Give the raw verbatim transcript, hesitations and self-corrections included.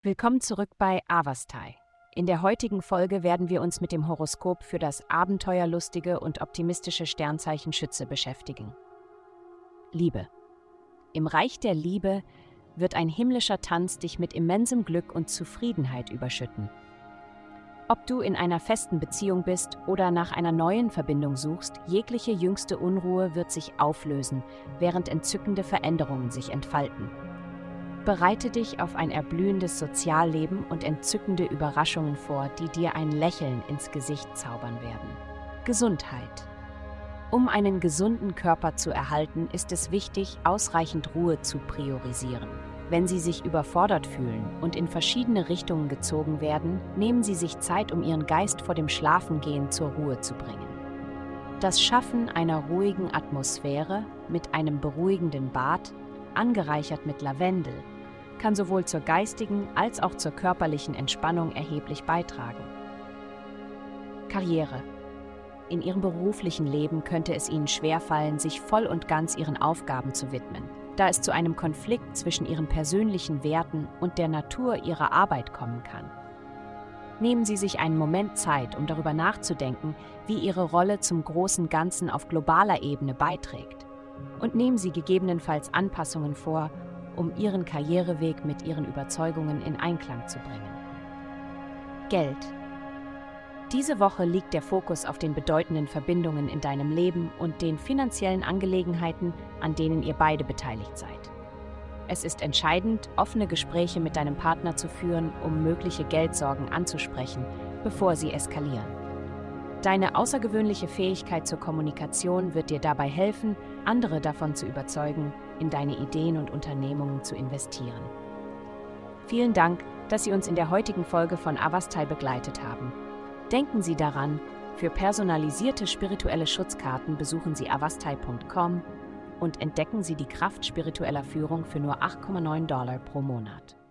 Willkommen zurück bei Avastai. In der heutigen Folge werden wir uns mit dem Horoskop für das abenteuerlustige und optimistische Sternzeichen Schütze beschäftigen. Liebe. Im Reich der Liebe wird ein himmlischer Tanz dich mit immensem Glück und Zufriedenheit überschütten. Ob du in einer festen Beziehung bist oder nach einer neuen Verbindung suchst, jegliche jüngste Unruhe wird sich auflösen, während entzückende Veränderungen sich entfalten. Bereite dich auf ein erblühendes Sozialleben und entzückende Überraschungen vor, die dir ein Lächeln ins Gesicht zaubern werden. Gesundheit. Um einen gesunden Körper zu erhalten, ist es wichtig, ausreichend Ruhe zu priorisieren. Wenn Sie sich überfordert fühlen und in verschiedene Richtungen gezogen werden, nehmen Sie sich Zeit, um Ihren Geist vor dem Schlafengehen zur Ruhe zu bringen. Das Schaffen einer ruhigen Atmosphäre mit einem beruhigenden Bad, angereichert mit Lavendel, kann sowohl zur geistigen als auch zur körperlichen Entspannung erheblich beitragen. Karriere. In Ihrem beruflichen Leben könnte es Ihnen schwerfallen, sich voll und ganz Ihren Aufgaben zu widmen, da es zu einem Konflikt zwischen Ihren persönlichen Werten und der Natur Ihrer Arbeit kommen kann. Nehmen Sie sich einen Moment Zeit, um darüber nachzudenken, wie Ihre Rolle zum großen Ganzen auf globaler Ebene beiträgt. Und nehmen Sie gegebenenfalls Anpassungen vor, um Ihren Karriereweg mit Ihren Überzeugungen in Einklang zu bringen. Geld. Diese Woche liegt der Fokus auf den bedeutenden Verbindungen in deinem Leben und den finanziellen Angelegenheiten, an denen ihr beide beteiligt seid. Es ist entscheidend, offene Gespräche mit deinem Partner zu führen, um mögliche Geldsorgen anzusprechen, bevor sie eskalieren. Deine außergewöhnliche Fähigkeit zur Kommunikation wird dir dabei helfen, andere davon zu überzeugen, in deine Ideen und Unternehmungen zu investieren. Vielen Dank, dass Sie uns in der heutigen Folge von Avastai begleitet haben. Denken Sie daran, für personalisierte spirituelle Schutzkarten besuchen Sie avastai punkt com und entdecken Sie die Kraft spiritueller Führung für nur acht Komma neun Dollar pro Monat.